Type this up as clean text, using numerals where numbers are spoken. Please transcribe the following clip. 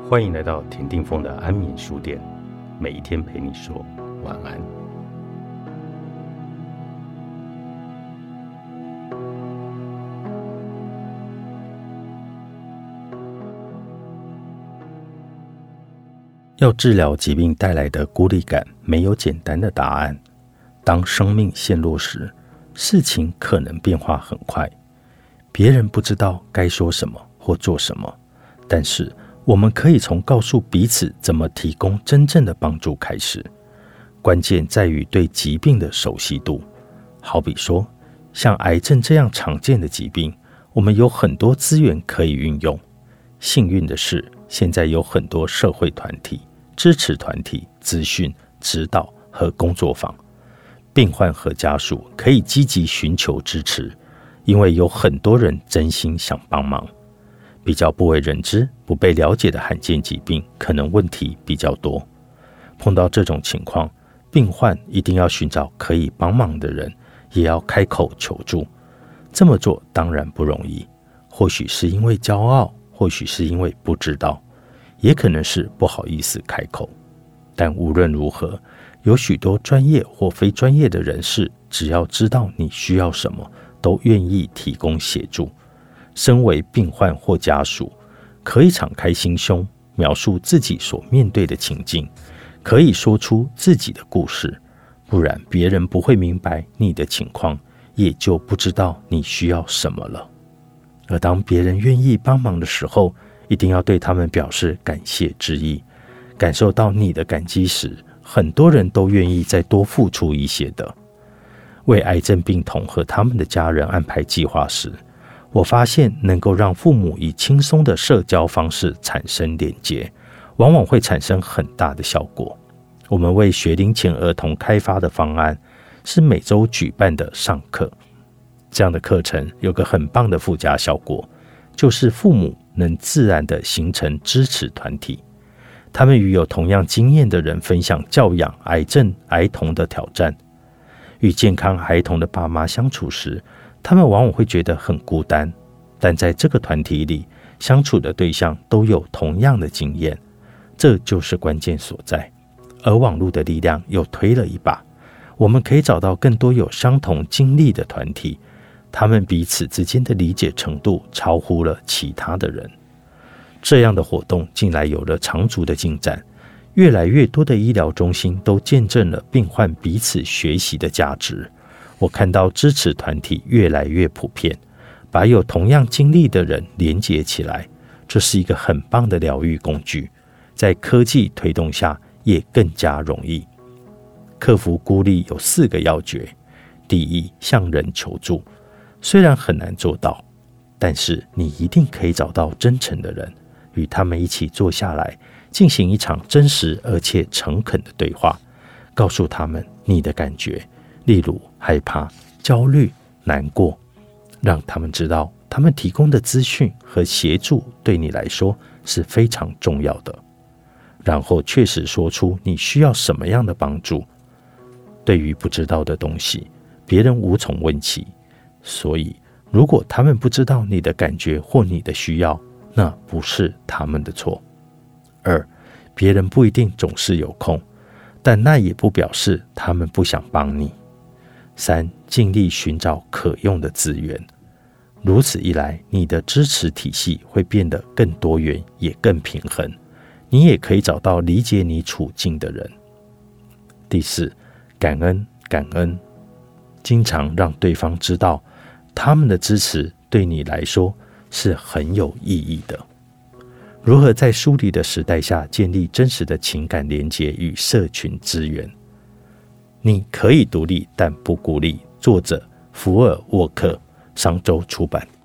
欢迎来到田定峰的安眠书店，每一天陪你说晚安。要治疗疾病带来的孤立感，没有简单的答案。当生命陷落时，事情可能变化很快，别人不知道该说什么或做什么，但是我们可以从告诉彼此怎么提供真正的帮助开始。关键在于对疾病的熟悉度。好比说，像癌症这样常见的疾病，我们有很多资源可以运用。幸运的是，现在有很多社会团体、支持团体、资讯、指导和工作坊。病患和家属可以积极寻求支持，因为有很多人真心想帮忙。比较不为人知、不被了解的罕见疾病，可能问题比较多。碰到这种情况，病患一定要寻找可以帮忙的人，也要开口求助。这么做当然不容易，或许是因为骄傲，或许是因为不知道，也可能是不好意思开口。但无论如何，有许多专业或非专业的人士，只要知道你需要什么，都愿意提供协助。身为病患或家属，可以敞开心胸，描述自己所面对的情境，可以说出自己的故事，不然别人不会明白你的情况，也就不知道你需要什么了。而当别人愿意帮忙的时候，一定要对他们表示感谢之意。感受到你的感激时，很多人都愿意再多付出一些的。为癌症病童和他们的家人安排计划时，我发现能够让父母以轻松的社交方式产生连结，往往会产生很大的效果。我们为学龄前儿童开发的方案是每周举办的上课。这样的课程有个很棒的附加效果，就是父母能自然地形成支持团体。他们与有同样经验的人分享教养癌症孩童的挑战。与健康孩童的爸妈相处时，他们往往会觉得很孤单，但在这个团体里，相处的对象都有同样的经验，这就是关键所在。而网络的力量又推了一把，我们可以找到更多有相同经历的团体，他们彼此之间的理解程度超乎了其他的人。这样的活动近来有了长足的进展，越来越多的医疗中心都见证了病患彼此学习的价值。我看到支持团体越来越普遍，把有同样经历的人连结起来，这是一个很棒的疗愈工具，在科技推动下也更加容易。克服孤立有4个要诀。第一，向人求助。虽然很难做到，但是你一定可以找到真诚的人，与他们一起坐下来，进行一场真实而且诚恳的对话，告诉他们你的感觉，例如害怕、焦虑、难过，让他们知道他们提供的资讯和协助对你来说是非常重要的。然后确实说出你需要什么样的帮助。对于不知道的东西，别人无从问起，所以如果他们不知道你的感觉或你的需要，那不是他们的错。2，别人不一定总是有空，但那也不表示他们不想帮你。3，尽力寻找可用的资源。如此一来，你的支持体系会变得更多元，也更平衡。你也可以找到理解你处境的人。第4，感恩。经常让对方知道，他们的支持对你来说是很有意义的。如何在疏离的时代下建立真实的情感连结与社群资源？你可以独立，但不孤立。作者福尔沃克，商周出版。